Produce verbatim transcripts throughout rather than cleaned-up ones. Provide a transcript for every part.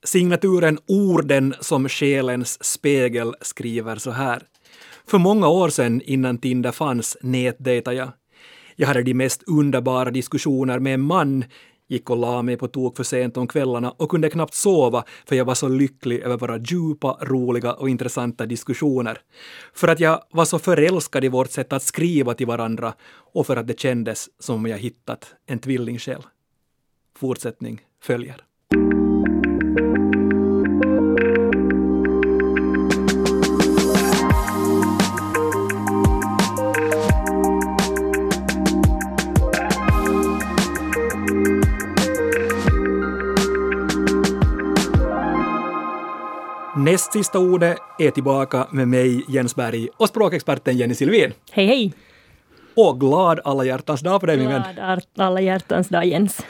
Signaturen Orden som själens spegel skriver så här. För många år sedan innan Tinder fanns nätdejtade jag. Jag hade de mest underbara diskussioner med en man, gick och la mig på tok för sent om kvällarna och kunde knappt sova för jag var så lycklig över våra djupa, roliga och intressanta diskussioner. För att jag var så förälskad i vårt sätt att skriva till varandra och för att det kändes som om jag hittat en tvillingsjäl. Fortsättning följer. Näst sista ordet är tillbaka med mig, Jens Berg, och språkexperten Jenny Sylvin. Hej, hej! Och glad alla hjärtans dag på dig, min vän. Glad alla hjärtans dag, Jens.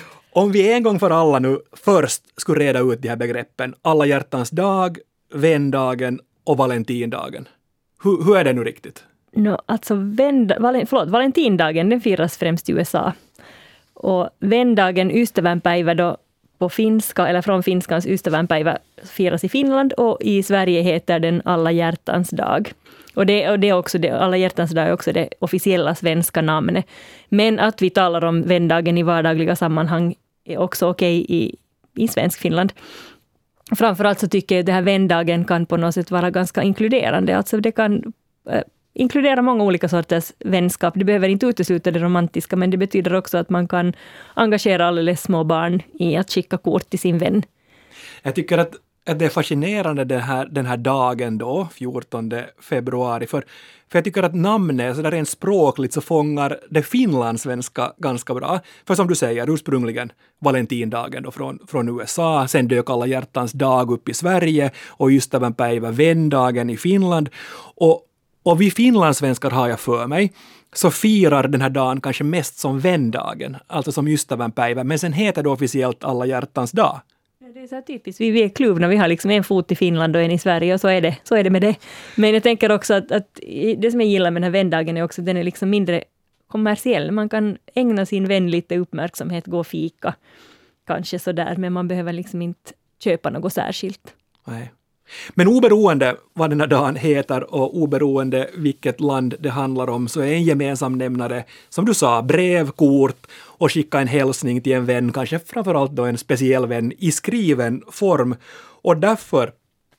Om vi en gång för alla nu först skulle reda ut de här begreppen, alla hjärtans dag, vändagen och valentindagen. Hur, hur är det nu riktigt? No, alltså, vänd, valen, förlåt, valentindagen den firas främst i U S A. Och vändagen, ystävänpäivä då, på finska, eller från finskans ystävänpäivä firas i Finland och i Sverige heter den alla hjärtans dag. Och det, och det är också det, alla hjärtans dag är också det officiella svenska namnet. Men att vi talar om vändagen i vardagliga sammanhang är också okej i, i svensk Finland. Framförallt så tycker jag att det här vändagen kan på något sätt vara ganska inkluderande. Alltså det kan äh, inkludera många olika sorters vänskap. Det behöver inte utesluta det romantiska, men det betyder också att man kan engagera alldeles små barn i att skicka kort till sin vän. Jag tycker att, att det är fascinerande den här, den här dagen då, fjortonde februari, för, för jag tycker att namnet, så där rent språkligt så fångar det finlandssvenska ganska bra. För som du säger, ursprungligen valentindagen då från, från U S A, sen dök alla hjärtans dag upp i Sverige och ystävänpäivä vändagen i Finland. Och Och vi finlandssvenskar, har jag för mig, så firar den här dagen kanske mest som vändagen, alltså som ystävänpäivä, men sen heter det officiellt alla hjärtans dag. Det är så typiskt, vi är kluvna, vi har liksom en fot i Finland och en i Sverige och så är det, så är det med det. Men jag tänker också att, att det som jag gillar med den här vändagen är också att den är liksom mindre kommersiell. Man kan ägna sin vän lite uppmärksamhet, gå och fika, kanske sådär, men man behöver liksom inte köpa något särskilt. Nej. Men oberoende vad den här dagen heter och oberoende vilket land det handlar om, så är en gemensam nämnare, som du sa, brev, kort och skicka en hälsning till en vän, kanske framförallt då en speciell vän i skriven form. Och därför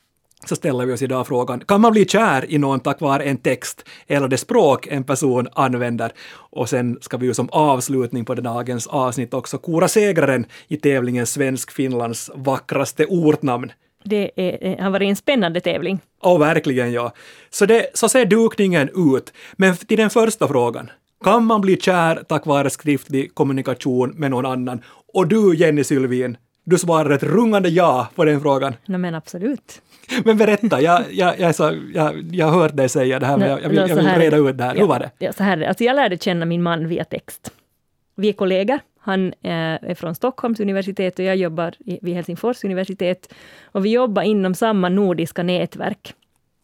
så ställer vi oss idag frågan, kan man bli kär i någon tack vare en text eller det språk en person använder? Och sen ska vi ju som avslutning på dagens avsnitt också kora segraren i tävlingen Svensk-Finlands vackraste ortnamn. Det är, har varit en spännande tävling. Ja, verkligen, ja. Så, det, så ser dukningen ut. Men till den första frågan. Kan man bli kär tack vare skriftlig kommunikation med någon annan? Och du, Jenny Sylvin, du svarar ett rungande ja på den frågan. No, men absolut. Men berätta, jag, jag, jag, så, jag, jag har hört dig säga det här, men jag, jag, vill, jag vill reda ut det här. Hur ja, var det? Ja, så här, alltså jag lärde känna min man via text. Vi är kollegor. Han är från Stockholms universitet och jag jobbar vid Helsingfors universitet. Och vi jobbar inom samma nordiska nätverk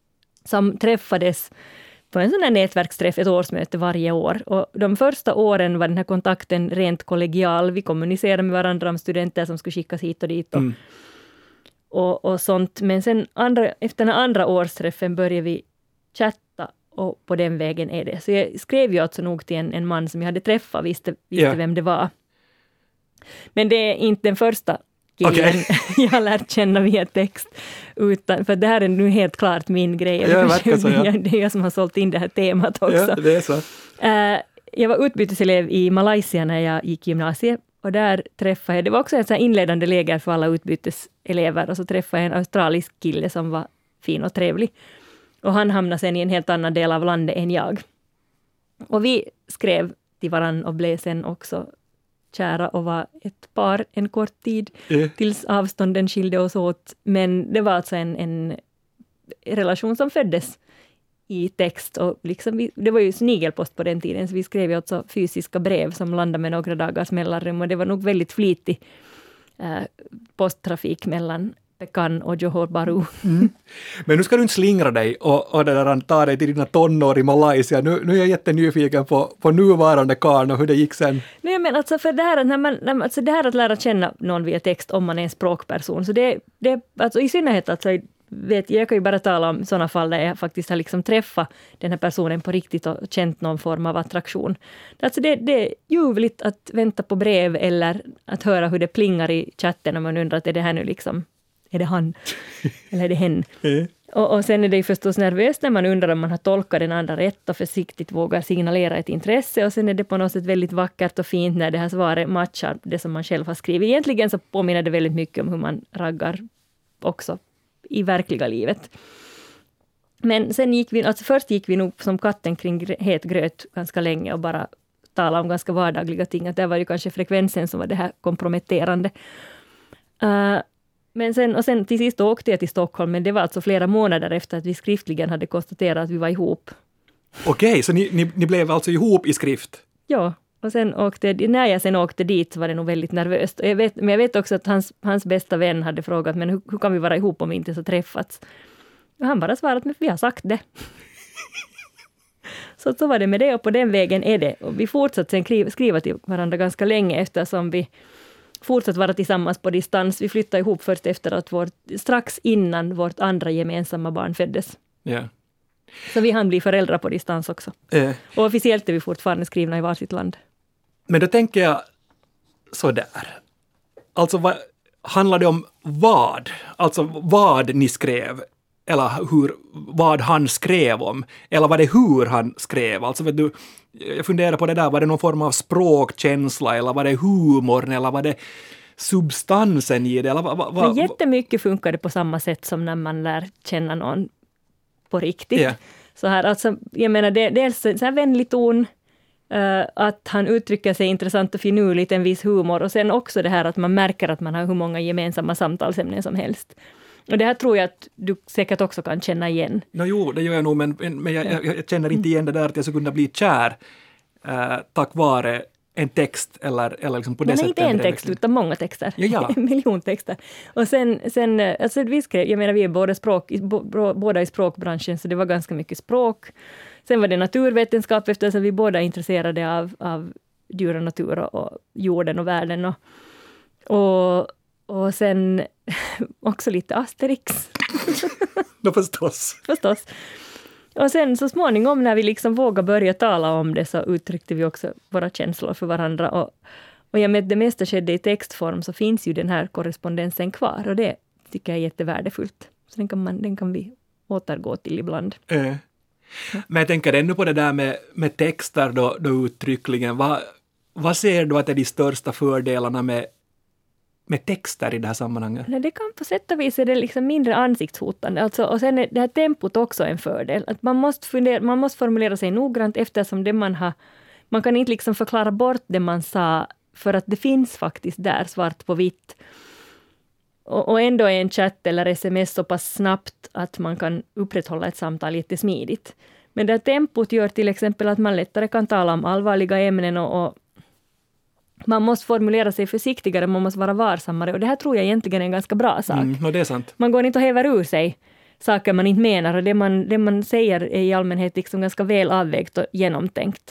som träffades på en sån här nätverksträff, ett årsmöte varje år. Och de första åren var den här kontakten rent kollegial. Vi kommunicerade med varandra om studenter som skulle skickas hit och dit och, mm. och, och sånt. Men sen andra, efter den andra årsträffen började vi chatta. Och på den vägen är det. Så jag skrev ju alltså nog till en, en man som jag hade träffat, visste, visste yeah. vem det var. Men det är inte den första killen okay. jag har lärt känna via text. Utan, för det här är nu helt klart min grej. Ja, verkar så, ja. Det är jag som har sålt in det här temat också. Ja, det är så. Uh, jag var utbyteselev i Malaysia när jag gick gymnasiet. Och där träffade jag, det var också ett så här inledande läger för alla utbyteselever. Och så träffade jag en australisk kille som var fin och trevlig. Och han hamnade sen i en helt annan del av landet än jag. Och vi skrev till varandra och blev sen också kära och var ett par en kort tid. Mm. Tills avstånden skilde oss åt. Men det var alltså en, en relation som föddes i text. Och liksom vi, det var ju snigelpost på den tiden. Så vi skrev ju alltså fysiska brev som landade med några dagars mellanrum. Och det var nog väldigt flitig eh, posttrafik mellan Pekan och Johor Bahru. Mm. Men nu ska du inte slingra dig och, och det där, ta dig till dina tonår i Malaysia. Nu, nu är jag jättenyfiken på, på nuvarande karn och hur det gick sen. Nej, men alltså för det här, när man, när man, alltså det här att lära känna någon via text om man är en språkperson, så det, det alltså i synnerhet alltså, vet, jag kan ju bara tala om sådana fall där jag faktiskt har liksom träffat den här personen på riktigt och känt någon form av attraktion. Alltså det, det är ljuvligt att vänta på brev eller att höra hur det plingar i chatten och man undrar att är det här nu liksom, är det han eller är det hen? Mm. Och, och sen är det ju förstås nervöst när man undrar om man har tolkat den andra rätt och försiktigt vågar signalera ett intresse, och sen är det på något sätt väldigt vackert och fint när det här svaret matchar det som man själv har skrivit. Egentligen så påminner det väldigt mycket om hur man raggar också i verkliga livet. Men sen gick vi, alltså först gick vi nog som katten kring het gröt ganska länge och bara talade om ganska vardagliga ting. Att det var ju kanske frekvensen som var det här komprometterande. Uh, men sen, och sen till sist åkte jag till Stockholm, men det var alltså flera månader efter att vi skriftligen hade konstaterat att vi var ihop. Okej, okay, så ni, ni, ni blev alltså ihop i skrift? Ja, och sen åkte, när jag sen åkte dit så var det nog väldigt nervöst. Och jag vet, men jag vet också att hans, hans bästa vän hade frågat, men hur, hur kan vi vara ihop om vi inte så träffats? Och han bara svarat, men vi har sagt det. så, så var det med det, och på den vägen är det. Och vi fortsatte sen skriva, skriva till varandra ganska länge eftersom vi fortsatt vara tillsammans på distans. Vi flyttade ihop först efter att vårt, strax innan vårt andra gemensamma barn föddes. Yeah. Så vi hann bli föräldrar på distans också. Eh. Och officiellt är vi fortfarande skrivna i varsitt land. Men då tänker jag så där. Alltså vad, handlar det om vad? Alltså vad ni skrev? Eller hur, vad han skrev om? Eller var det hur han skrev? Alltså vet du, jag funderar på det där, var det någon form av språkkänsla? Eller var det humorn? Eller var det substansen i det? Eller vad, vad, vad, jättemycket funkar det på samma sätt som när man lär känna någon på riktigt. Yeah. Så här, alltså, jag menar, det, dels så här vänlig ton, uh, att han uttrycker sig intressant och finurligt, en viss humor, och sen också det här att man märker att man har hur många gemensamma samtalsämnen som helst. Och det här tror jag att du säkert också kan känna igen. No, jo, det gör jag nog, men, men jag, jag, jag känner inte igen det där att jag skulle kunna bli kär uh, tack vare en text eller, eller liksom på det men sättet. Men inte en text, utan många texter. Ja, ja. En miljon texter. Och sen, sen alltså vi skrev, jag menar vi är båda, språk, båda i språkbranschen, så det var ganska mycket språk. Sen var det naturvetenskap, eftersom vi båda är intresserade av, av djur och natur och, och jorden och världen. Och, och, och sen också lite Asterix. No, förstås. Förstås. Och sen så småningom när vi liksom vågade börja tala om det, så uttryckte vi också våra känslor för varandra. Och, och jag med det mesta skedde i textform, så finns ju den här korrespondensen kvar. Och det tycker jag är jättevärdefullt. Så den kan, man, den kan vi återgå till ibland. Äh. Ja. Men jag tänker ännu på det där med, med texter då, då uttryckligen. Vad, vad ser du att är de största fördelarna med med texter i det här sammanhanget? Nej, det kan på sätt och vis är det liksom mindre ansiktshotande. Alltså, och sen är det här tempot också en fördel. Att man, måste fundera, man måste formulera sig noggrant, eftersom det man har... Man kan inte liksom förklara bort det man sa, för att det finns faktiskt där svart på vitt. Och, och ändå är en chatt eller sms så pass snabbt att man kan upprätthålla ett samtal jättesmidigt. Men det här tempot gör till exempel att man lättare kan tala om allvarliga ämnen och, och man måste formulera sig försiktigare, man måste vara varsammare. Och det här tror jag egentligen är en ganska bra sak. Mm, no, det är sant. Man går inte och häver ur sig saker man inte menar. Och det man, det man säger är i allmänhet liksom ganska väl avvägt och genomtänkt.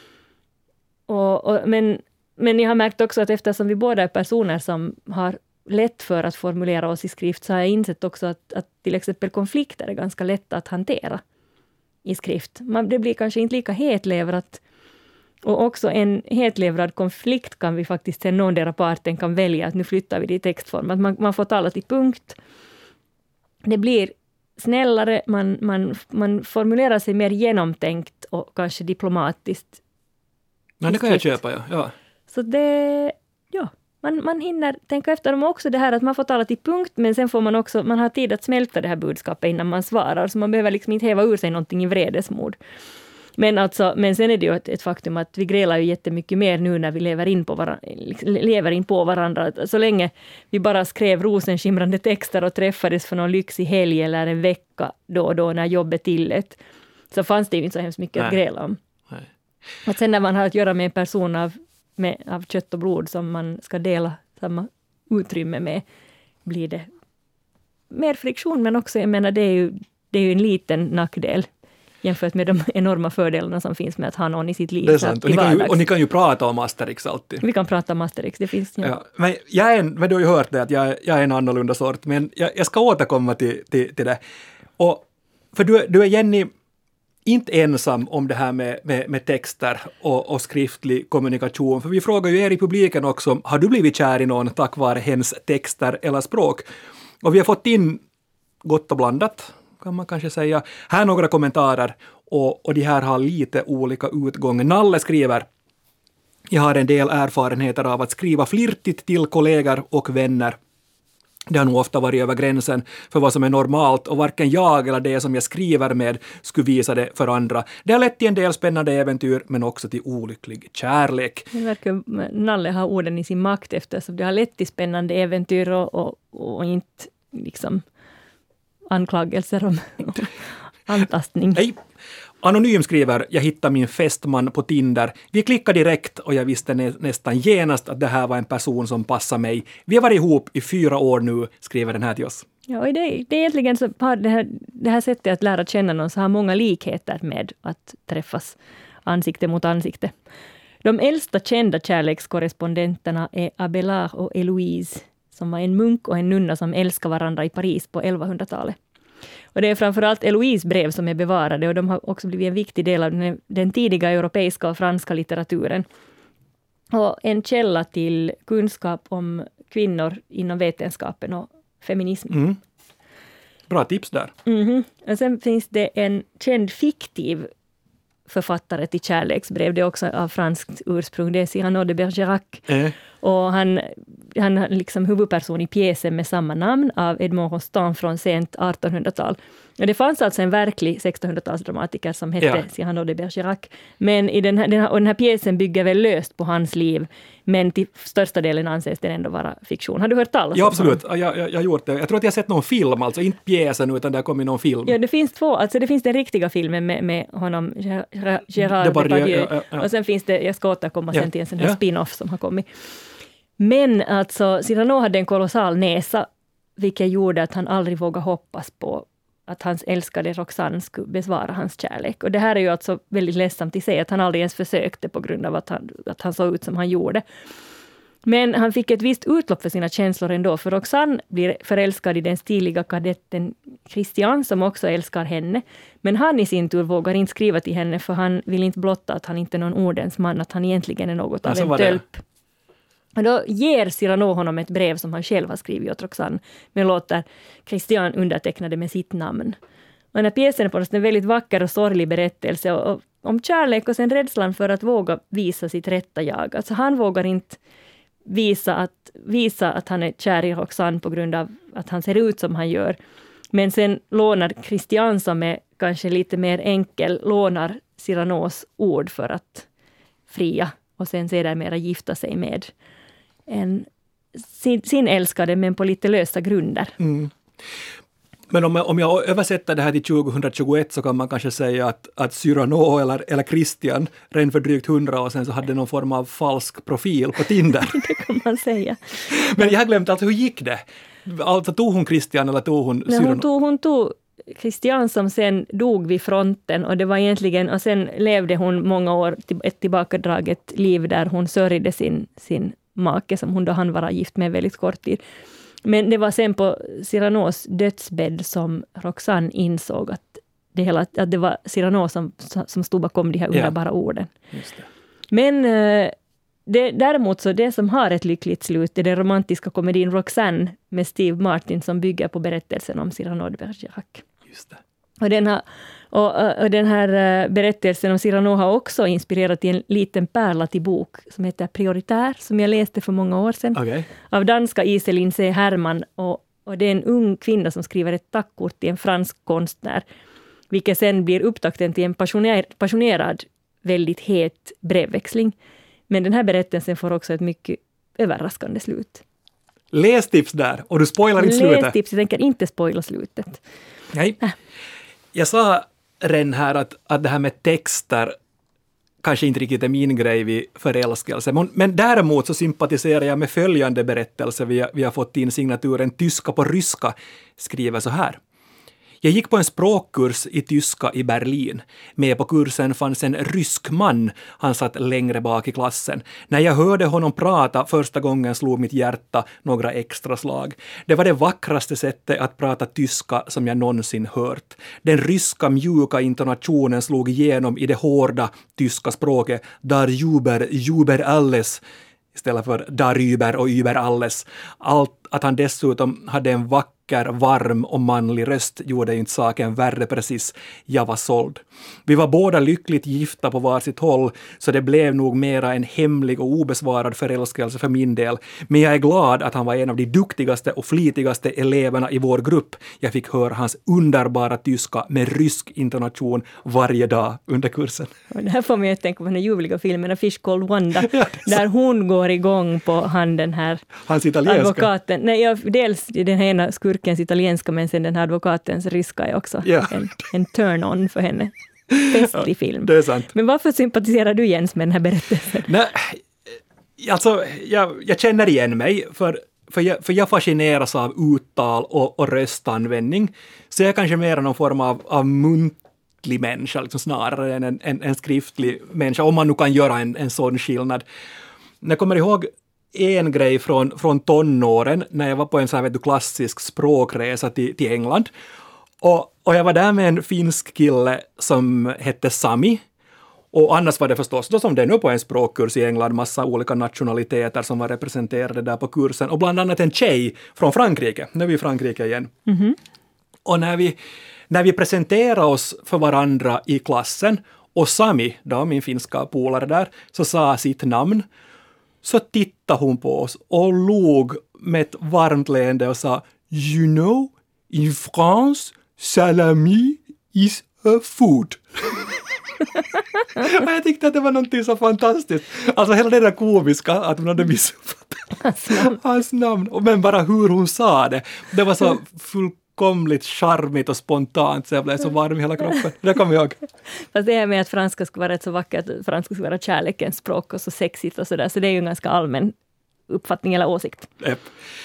Och, och, men, men jag har märkt också att eftersom vi båda är personer som har lätt för att formulera oss i skrift, så har jag insett också att, att till exempel konflikter är ganska lätta att hantera i skrift. Man, det blir kanske inte lika hetleverat. Och också en hetlevrad konflikt kan vi faktiskt sen någondera parten kan välja att nu flyttar vi det i textform. Att man, man får tala till punkt. Det blir snällare, man, man, man formulerar sig mer genomtänkt och kanske diplomatiskt. Ja, det kan jag köpa, ja. ja. Så det, ja, man, man hinner tänka efter om också det här att man får tala till punkt, men sen får man också, man har tid att smälta det här budskapet innan man svarar. Så man behöver liksom inte häva ur sig någonting i vredesmod. Men, alltså, men sen är det ju ett, ett faktum att vi grälar ju jättemycket mer nu när vi lever in på varandra. Lever in på varandra. Så länge vi bara skrev rosenskimrande texter och träffades för någon lyxig helg eller en vecka då och då när jobbet tillät, så fanns det ju inte så hemskt mycket Nej. att gräla om. Nej. Att sen när man har att göra med en person av, med, av kött och blod som man ska dela samma utrymme med, blir det mer friktion, men också, jag menar, det är ju, det är ju en liten nackdel jämfört med de enorma fördelarna som finns med att ha någon i sitt liv. Det är sant, och ni, kan ju, och ni kan ju prata om Asterix alltid. Vi kan prata om Asterix, det finns. Ja. Ja, men jag är en, men du har ju hört det, att jag, jag är en annorlunda sort, men jag, jag ska återkomma till, till, till det. Och, för du, du är, Jenny, inte ensam om det här med, med, med texter och, och skriftlig kommunikation, för vi frågar ju er i publiken också, har du blivit kär i någon tack vare hens texter eller språk? Och vi har fått in gott och blandat, kan man kanske säga. Här är några kommentarer, och, och de här har lite olika utgång. Nalle skriver: jag har en del erfarenheter av att skriva flirtigt till kollegor och vänner. Det har nog ofta varit över gränsen för vad som är normalt, och varken jag eller det som jag skriver med skulle visa det för andra. Det har lett till en del spännande äventyr, men också till olycklig kärlek. Det verkar Nalle ha orden i sin makt, eftersom det har lett till spännande äventyr och, och, och inte liksom anklagelser om antastning. Nej. Anonym skriver: jag hittade min fästman på Tinder. Vi klickade direkt och jag visste nä- nästan genast att det här var en person som passar mig. Vi har varit ihop i fyra år nu, skriver den här till oss. Ja, och det, det är egentligen så har det här, det här sättet att lära känna någon så har många likheter med att träffas ansikte mot ansikte. De äldsta kända kärlekskorrespondenterna är Abelard och Eloise, som var en munk och en nunna som älskade varandra i Paris på elvahundratalet. Och det är framförallt Eloise brev som är bevarade, och de har också blivit en viktig del av den, den tidiga europeiska och franska litteraturen. Och en källa till kunskap om kvinnor inom vetenskapen och feminism. Mm. Bra tips där. Mm-hmm. Och sen finns det en känd fiktiv författare till kärleksbrev. Det är också av franskt ursprung. Det är Cyrano de Bergerac. Eh. Och han, han är liksom huvudperson i pjäsen med samma namn av Edmond Rostand från sent artonhundratal. Och det fanns alltså en verklig sextonhundratalsdramatiker som hette Ja. Cyrano de Bergerac. Men i den här, den här, och den här pjäsen bygger väl löst på hans liv, men till största delen anses den ändå vara fiktion. Har du hört talas om Ja, absolut. honom? Jag, jag, jag har gjort det. Jag tror att jag har sett någon film, alltså inte pjäsen, utan det har kommit någon film. Ja, det finns två. Alltså det finns den riktiga filmen med, med honom, Gérard Depardieu, Depardieu. ja, ja, ja. Och sen finns det, jag ska återkomma Ja, sen till en sån här ja. spin-off som har kommit. Men alltså, Cyrano hade en kolossal näsa, vilket gjorde att han aldrig vågade hoppas på att hans älskade Roxane skulle besvara hans kärlek. Och det här är ju alltså väldigt ledsamt i sig, att han aldrig ens försökte på grund av att han, att han såg ut som han gjorde. Men han fick ett visst utlopp för sina känslor ändå, för Roxane blir förälskad i den stiliga kadetten Christian, som också älskar henne. Men han i sin tur vågar inte skriva till henne, för han vill inte blotta att han inte är någon ordens man, att han egentligen är något av Ja, så en var det. tölp. Och då ger Cyrano honom ett brev som han själv har skrivit åt Roxane, men låter Christian underteckna det med sitt namn. Och den här pjäsen är på något sätt en väldigt vacker och sorglig berättelse och, och, om kärlek och sen rädslan för att våga visa sitt rätta jag. Alltså han vågar inte visa att, visa att han är kär i Roxane på grund av att han ser ut som han gör. Men sen lånar Christian, som är kanske lite mer enkel, lånar Cyranos ord för att fria och sen sedermera gifta sig med en, sin, sin älskade, men på lite lösa grunder. Mm. Men om jag, om jag översätter det här till tjugohundratjugoett så kan man kanske säga att, att Cyrano eller, eller Christian redan för drygt hundra år sedan så hade någon form av falsk profil på Tinder. Det kan man säga. Men jag har glömt, alltså hur gick det? Alltså tog hon Christian eller tog hon Nej, Cyrano? hon tog, hon tog Christian, som sen dog vid fronten, och det var egentligen, och sen levde hon många år ett tillbakadraget liv där hon sörjde sin, sin make som hon då hann vara gift med väldigt kort tid. Men det var sen på Cyranos dödsbädd som Roxane insåg att det, hela, att det var Cyrano som, som stod bakom de här underbara Ja. orden. Just det. Men det, däremot så det som har ett lyckligt slut är den romantiska komedin Roxane med Steve Martin, som bygger på berättelsen om Cyrano de Bergerac. Just det. Och den, har, och, och den här berättelsen om Cyrano har också inspirerat till en liten pärla till bok som heter Prioritär, som jag läste för många år sedan. Okay. Av danska Iselin C. Herman. Och, och det är en ung kvinna som skriver ett tackkort till en fransk konstnär, vilket sen blir upptakten till en passioner, passionerad, väldigt het brevväxling. Men den här berättelsen får också ett mycket överraskande slut. Lästips där, och du spoilar inte slutet. Lästips, jag tänker inte spoila slutet. Nej. Äh. Jag sa redan här att, att det här med texter kanske inte riktigt är min grej vid förälskelse. Men, men däremot så sympatiserar jag med följande berättelse. Vi, vi har fått in signaturen Tyska på ryska, skriver så här. Jag gick på en språkkurs i tyska i Berlin. Med på kursen fanns en rysk man. Han satt längre bak i klassen. När jag hörde honom prata första gången slog mitt hjärta några extra slag. Det var det vackraste sättet att prata tyska som jag någonsin hört. Den ryska mjuka intonationen slog igenom i det hårda tyska språket. Dar juber, juber alles. Istället för dar über och über alles. Allt att han dessutom hade en vacker, varm och manlig röst gjorde inte saken värre precis. Jag var såld. Vi var båda lyckligt gifta på varsitt håll, så det blev nog mera en hemlig och obesvarad förälskelse för min del. Men jag är glad att han var en av de duktigaste och flitigaste eleverna i vår grupp. Jag fick höra hans underbara tyska med rysk intonation varje dag under kursen. Och det här får mig att tänka på den här ljuvliga filmen A Fish Called Wanda, ja, där hon går igång på han den här hans italienska advokaten. Nej, ja, dels den här ena skurkens italienska, men sen den här advokatens ryska är också ja. en, en turn-on för henne. Festlig ja, film. Det är sant. Men varför sympatiserar du Jens med den här berättelsen? Nej, alltså jag, jag känner igen mig för, för, jag, för jag fascineras av uttal och, och röstanvändning. Så jag är kanske mer någon form av, av muntlig människa liksom, snarare än en, en, en skriftlig människa, om man nu kan göra en, en sån skillnad. Jag kommer ihåg en grej från, från tonåren när jag var på en så här, vet du, klassisk språkresa till, till England. Och, och jag var där med en finsk kille som hette Sami. Och annars var det förstås, då som det är nu på en språkkurs i England, massa olika nationaliteter som var representerade där på kursen. Och bland annat en tjej från Frankrike. Nu är vi i Frankrike igen. Mm-hmm. Och när vi, när vi presenterade oss för varandra i klassen och Sami, då min finska polare där, så sa sitt namn. Så tittade hon på oss och låg med ett varmt leende och sa You know, in France, salami is a food. Och jag tyckte att det var någonting så fantastiskt. Alltså hela det där komiska, att hon hade missuppfattat hans namn. Hans namn. Men bara hur hon sa det. Det var så fullkomligt charmigt och spontant, så jag blev så varm i hela kroppen. Det kommer jag ihåg. Fast det här med att franska ska vara rätt så vackert, franska ska vara kärlekens språk och så sexigt och sådär, så det är ju en ganska allmän uppfattning eller åsikt. Yep.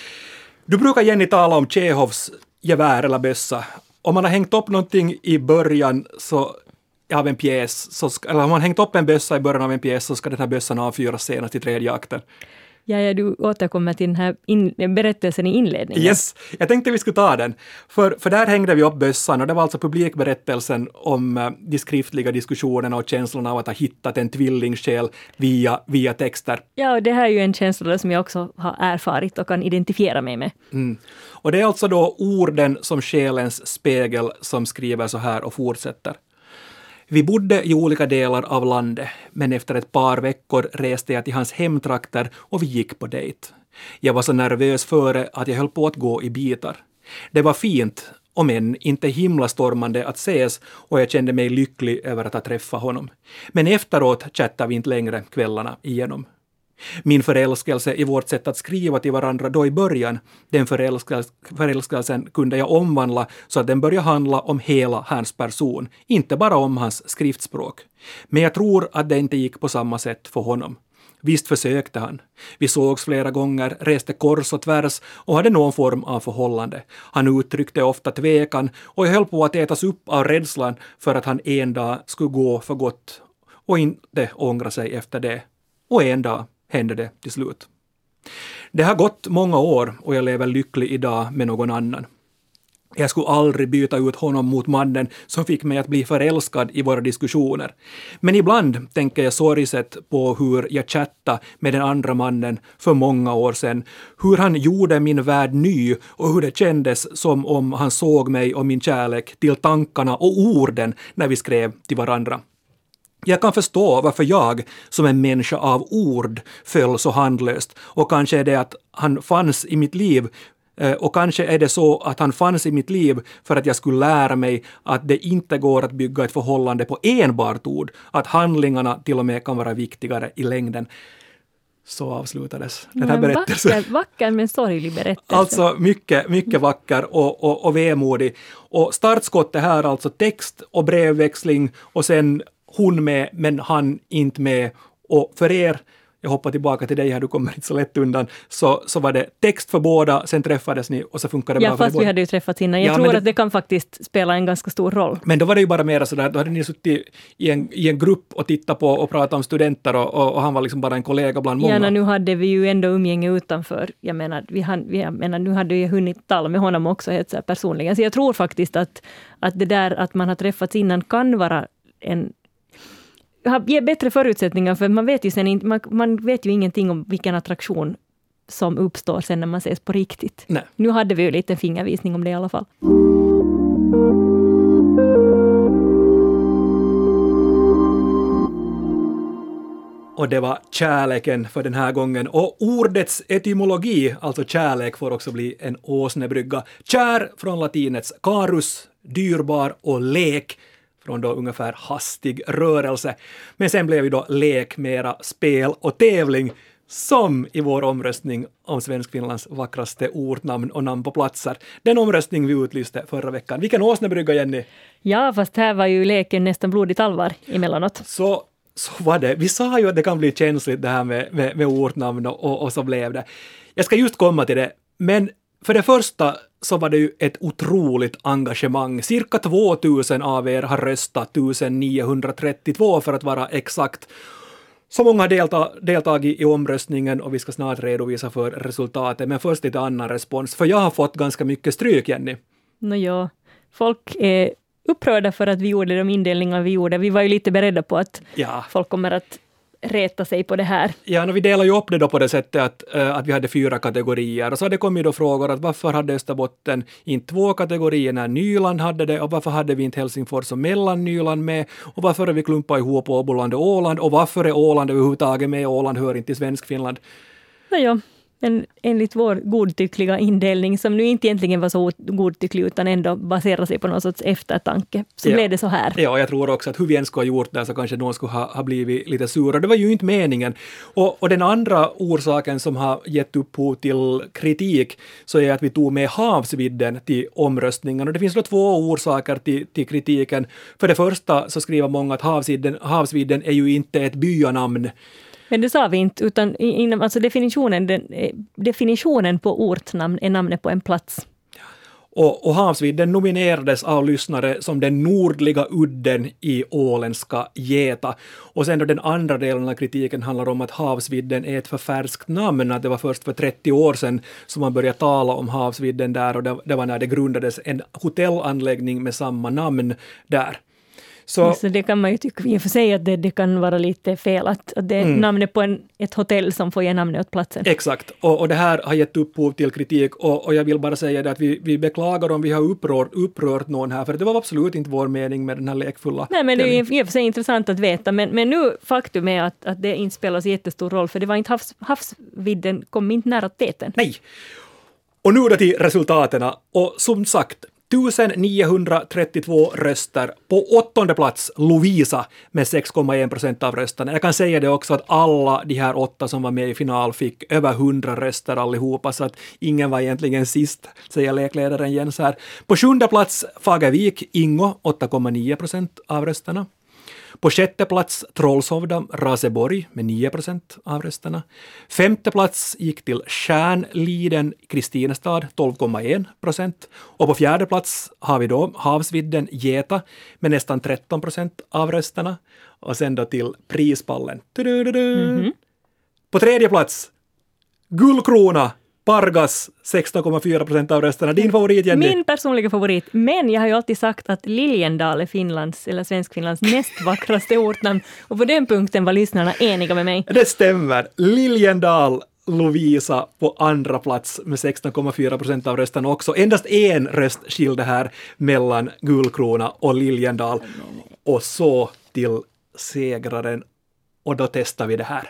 Du brukar Jenny tala om Tjehovs gevär eller bössa. Om man har hängt upp någonting i början så av en pjäs, så ska, eller om man har hängt upp en bössa i början av en pjäs så ska den här bössan avfyras senast i tredje akten. Ja, ja, du återkommer till den här in, berättelsen i inledningen. Yes, jag tänkte vi skulle ta den. För, för där hängde vi upp bössan och det var alltså publikberättelsen om uh, de skriftliga diskussionerna och känslan av att ha hittat en tvillingsjäl via, via texter. Ja, och det här är ju en känsla som jag också har erfarit och kan identifiera mig med. Mm. Och det är alltså då orden som själens spegel som skriver så här och fortsätter. Vi bodde i olika delar av landet, men efter ett par veckor reste jag till hans hemtrakter och vi gick på dejt. Jag var så nervös före att jag höll på att gå i bitar. Det var fint, om än inte himlastormande att ses, och jag kände mig lycklig över att ha träffat honom. Men efteråt chattade vi inte längre kvällarna igenom. Min förälskelse i vårt sätt att skriva till varandra då i början, den förälskelse, förälskelsen kunde jag omvandla så att den började handla om hela hans person, inte bara om hans skriftspråk. Men jag tror att det inte gick på samma sätt för honom. Visst försökte han. Vi sågs flera gånger, reste kors och tvärs och hade någon form av förhållande. Han uttryckte ofta tvekan och jag höll på att ätas upp av rädslan för att han en dag skulle gå för gott och inte ångra sig efter det. Och en dag hände det till slut. Det har gått många år och jag lever lycklig idag med någon annan. Jag skulle aldrig byta ut honom mot mannen som fick mig att bli förälskad i våra diskussioner. Men ibland tänker jag sorgset på hur jag chattade med den andra mannen för många år sedan. Hur han gjorde min värld ny och hur det kändes som om han såg mig och min kärlek till tankarna och orden när vi skrev till varandra. Jag kan förstå varför jag som en människa av ord föll så handlöst, och kanske är det att han fanns i mitt liv och kanske är det så att han fanns i mitt liv för att jag skulle lära mig att det inte går att bygga ett förhållande på enbart ord, att handlingarna till och med kan vara viktigare i längden. Så avslutades den här berättelsen. Vacker, vacker men sorglig berättelse. Alltså mycket, mycket vacker och, och, och vemodig. Och startskottet här alltså text och brevväxling och sen hon med, men han inte med. Och för er, jag hoppar tillbaka till dig här, du kommer inte så lätt undan, så, så var det text för båda, sen träffades ni och så funkade det ja, bra för fast vi hade ju träffats innan. Jag ja, tror det, att det kan faktiskt spela en ganska stor roll. Men då var det ju bara mer sådär, då hade ni suttit i en, i en grupp och tittat på och pratat om studenter och, och, och han var liksom bara en kollega bland många. Ja, nu hade vi ju ändå umgänge utanför. Jag menar, vi han, jag menar nu hade jag hunnit tala med honom också helt så här personligen. Så jag tror faktiskt att, att det där att man har träffats innan kan vara en ge bättre förutsättningar, för man vet ju sen inte, man, man vet ju ingenting om vilken attraktion som uppstår sen när man ses på riktigt. Nej. Nu hade vi ju lite fingervisning om det i alla fall. Och det var kärleken för den här gången. Och ordets etymologi, alltså kärlek, får också bli en åsnebrygga. Kär från latinets carus, dyrbar, och lek från då ungefär hastig rörelse. Men sen blev ju då lek mera spel och tävling, som i vår omröstning om Svenskfinlands vackraste ortnamn och namn på platser. Den omröstning vi utlyste förra veckan. Vilken åsnebrygga, Jenny? Ja, fast här var ju leken nästan blodigt allvar emellanåt. Så, så var det. Vi sa ju att det kan bli känsligt det här med, med, med ortnamn och, och så blev det. Jag ska just komma till det, men för det första så var det ju ett otroligt engagemang. Cirka tvåtusen av er har röstat, nittonhundratrettiotvå för att vara exakt. Så många har delta, deltagit i omröstningen och vi ska snart redovisa för resultatet. Men först lite annan respons, för jag har fått ganska mycket stryk, Jenny. Nå ja, folk är upprörda för att vi gjorde de indelningar vi gjorde. Vi var ju lite beredda på att ja. folk kommer att reta sig på det här. Ja, vi delar ju upp det då på det sättet att, äh, att vi hade fyra kategorier. Och så hade det kommit då frågor att varför hade Österbotten inte två kategorier när Nyland hade det, och varför hade vi inte Helsingfors och Mellannyland med, och varför är vi klumpat ihop Åboland och Åland, och varför är Åland överhuvudtaget med? Åland hör inte till Svenskfinland. Ja, ja. Men enligt vår godtyckliga indelning, som nu inte egentligen var så godtycklig utan ändå baserar sig på någon sorts eftertanke, så ja. blev det så här. Ja, jag tror också att hur vi än skulle ha gjort det så kanske någon skulle ha, ha blivit lite sura. Det var ju inte meningen. Och, och den andra orsaken som har gett upphov till kritik så är att vi tog med havsvidden till omröstningen. Och det finns då två orsaker till, till kritiken. För det första så skriver många att havsvidden, havsvidden är ju inte ett byanamn. Men det sa vi inte, utan inom, alltså definitionen, den, definitionen på ortnamn är namnet på en plats. Och, och havsvidden nominerades av lyssnare som den nordliga udden i åländska Geta. Och sen då den andra delen av kritiken handlar om att havsvidden är ett för färskt namn, att det var först för trettio år sedan som man började tala om havsvidden där, och det, det var när det grundades en hotellanläggning med samma namn där. Så, så det kan man ju tycka i och för sig att det, det kan vara lite fel att, att det är mm. namnet på en, ett hotell som får ge namnet åt platsen. Exakt, och, och det här har gett upphov till kritik, och, och jag vill bara säga det att vi, vi beklagar om vi har upprört, upprört någon här, för det var absolut inte vår mening med den här lekfulla. Nej, men det är i och för sig intressant att veta, men, men nu faktum är att, att det inte spelar så jättestor roll, för det var inte havs, havsvidden kom inte nära täten. Nej, och nu då till resultaten, och som sagt nittonhundratrettiotvå röster. På åttonde plats Lovisa med sex komma en procent av rösterna. Jag kan säga det också att alla de här åtta som var med i final fick över hundra röster allihopa, så att ingen var egentligen sist, säger lekledaren Jens här. På sjunde plats Fagervik, Ingo, åtta komma nio procent av rösterna. På sjätte plats Trollshovda, Raseborg med nio procent av rösterna. Femte plats gick till Stjärnliden, Kristinestad, tolv komma en procent. Och på fjärde plats har vi då Havsvidden, Geta med nästan tretton procent av rösterna. Och sen då till prispallen. Mm-hmm. På tredje plats Gullkrona, Pargas, sexton komma fyra procent av rösterna. Din favorit, Jenny? Min personliga favorit. Men jag har ju alltid sagt att Liljendal är Finlands, eller Svenskfinlands näst vackraste ortnamn. Och på den punkten var lyssnarna eniga med mig. Det stämmer. Liljendal, Lovisa på andra plats med sexton komma fyra procent av rösterna också. Endast en röst skilde här mellan Gullkrona och Liljendal. Och så till segraren. Och då testar vi det här.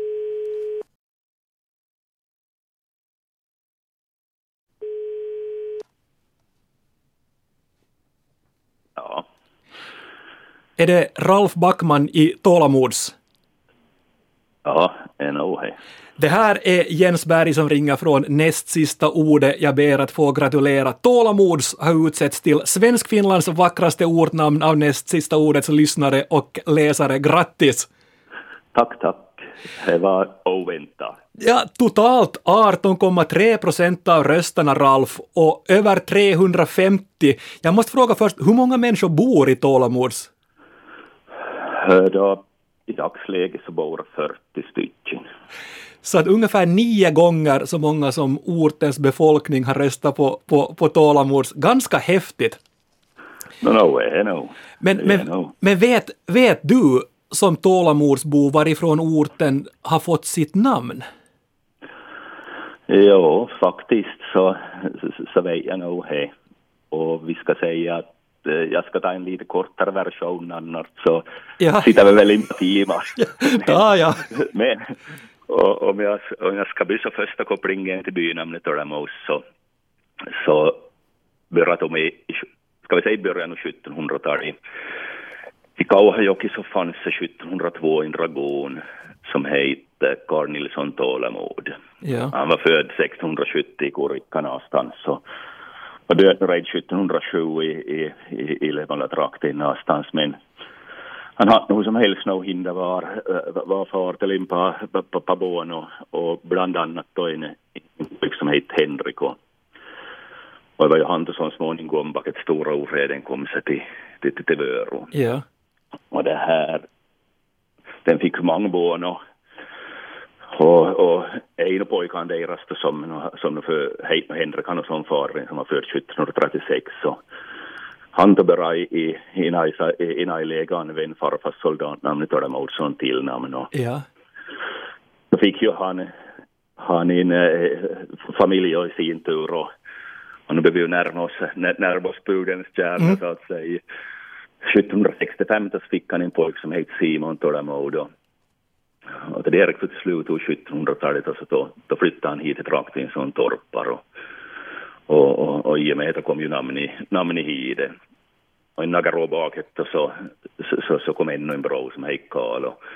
Ja. Är det Ralf Backman i Tålamods? Ja, En oh, hej. Det här är Jens Berg som ringer från näst sista ordet. Jag ber att få gratulera. Tålamods har utsetts till Svensk-Finlands vackraste ortnamn av näst sista ordets lyssnare och läsare. Grattis! Tack, tack. Det var oväntat. Ja, totalt arton komma tre procent av rösterna, Ralf, och över trehundrafemtio. Jag måste fråga först, hur många människor bor i Tålamods? Då, i dagsläget så bor fyrtio stycken. Så att ungefär nio gånger så många som ortens befolkning har röstat på, på, på Tålamods. Ganska häftigt. No, no, no. Men, men, no. men vet, vet du som Tålamodsbo varifrån orten har fått sitt namn? Ja, faktiskt så, så, så vet jag nog det. Och vi ska säga att eh, jag ska ta en lite kortare version annars så Ja. sitter vi väl inte timmar. Ja, ja. Men och, om, jag, om jag ska byta första kopplingen till bynamnet Tålamods så, så började de i, ska vi säga i början av sjuttonhundratalet. I Kauhajoki så fanns det sjuttonhundratvå en dragon som hette Carl Nilsson Tålamod. Ja. Han var född sextonhundrasjuttio i Kurikka någonstans och, och död redan sjuttonhundrasju i, i, i, i Levala-trakten någonstans. Men han hade nog som helst nog hinder var, var far till en på Pabon och, och bland annat då en, en som hette Henrik. Och, och det var ju han som småningom bak ett stora ofreden kom sig till, till, till, till Vörå. Ja. Och det här, den fick många barn och, och, och en pojkan deras som, som för Henrik han och som far som var född sjuttonhundratrettiosex så han tog bara i i najlägan vid en farfars soldatnamn Tålamods som tillnamn och Ja. då fick ju han, han en eh, familj i sin tur och, och nu behöver vi ju närma oss, närma oss budens kärna mm. så att säga. sjuttonhundrasextiofem så fick han en pojk som hette Simon Tålamod och, och det är riktigt slut av sjuttonhundratalet och så då, då flyttade han hit till trakten som torpar och, och, och, och i och med det kom ju namn i, namn i hide och en några år bakåt och så, så, så, så kom ännu en bror som hette Karl och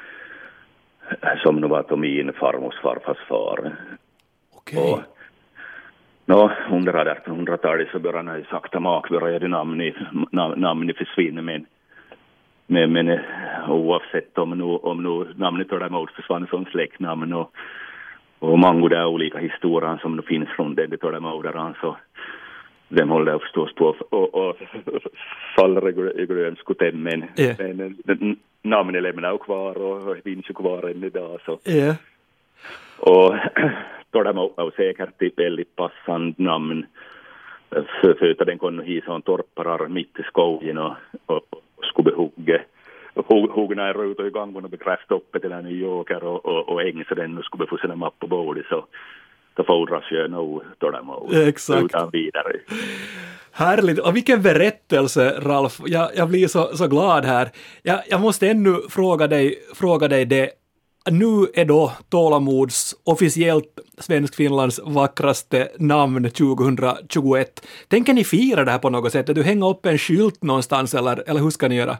som nu var till min farmors farfars far. Okej. Okay. Nå, under artonhundratalet så började han sakta mak började namn, nam, namn försvinna men, men, men oavsett om nu, om nu namnet Tålamod försvann som släktnamn och, och många där olika historier som det finns från den Tålamodaran så den håller jag förstås på och, och faller i grönskoten men, yeah. men namnet lämnar kvar och finns ju kvar än idag så. Yeah. Och Tålamod var säkert ett väldigt passande namn för, för den kunde hisa en torparar mitt i skogen och, och, och skulle hugga hugna en ruta i gången och bekräfta uppe till en ny åker och, och, och ägna sig den och skulle få sina mapp på bordet så då fordras ju nog Tålamod utan vidare. Härligt. Och vilken berättelse, Ralf. Jag, jag blir så, så glad här. Jag, jag måste ännu fråga dig, fråga dig det. Nu är då Tålamods officiellt Svensk-Finlands vackraste namn tjugohundratjugoett. Tänker ni fira det här på något sätt? Är du hänga upp en skylt någonstans eller, eller hur ska ni göra?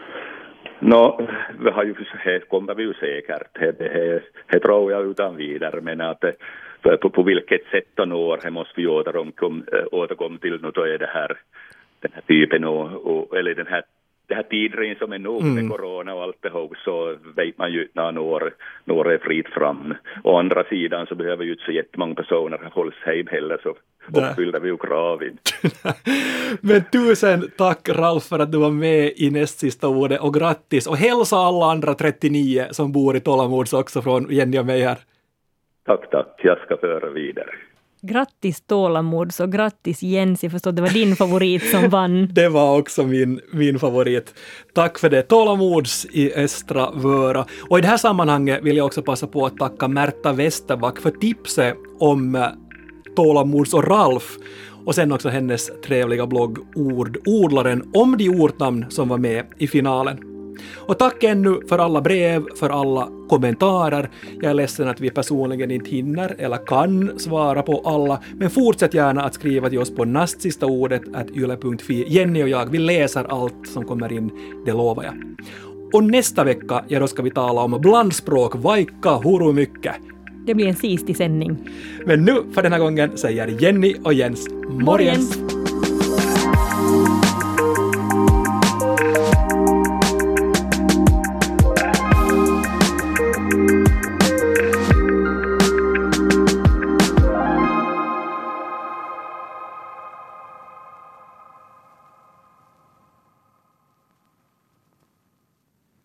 Nå, vi har ju det kommer vi ju säkert. Det, det, det tror jag utan vidare, men att på, på vilket sätt och år det måste vi återkomma återkom till nu då är det här den här typen och, och eller den här det här tidren som är nog med mm. corona och allt det här så vet man ju när några, några är fritt fram. Å andra sidan så behöver ju inte så jättemånga personer hållas hem heller så uppfyller vi ju kraven. Men tusen tack Ralf för att du var med i näst sista ordet och grattis och hälsa alla andra trettionio som bor i Tålamods också från Jenny och mig här. Tack, tack. Jag ska föra vidare. Grattis Tålamods och grattis Jens, jag förstår det var din favorit som vann. Det var också min, min favorit. Tack för det. Tålamods i Östra Vöra. Och i det här sammanhanget vill jag också passa på att tacka Märta Westerback för tipset om Tålamods och Ralf. Och sen också hennes trevliga blogg Ordodlaren om de ortnamn som var med i finalen. Och tack ännu för alla brev, för alla kommentarer. Jag är ledsen att vi personligen inte hinner eller kan svara på alla, men fortsätt gärna att skriva till oss på nastsistaordet at yle punkt fi. Jenny och jag, vi läser allt som kommer in, det lovar jag. Och nästa vecka, ja, då ska vi tala om blandspråk, vaikka huru mycket. Det blir en sistig sändning. Men nu för den här gången säger Jenny och Jens morgens. morgens.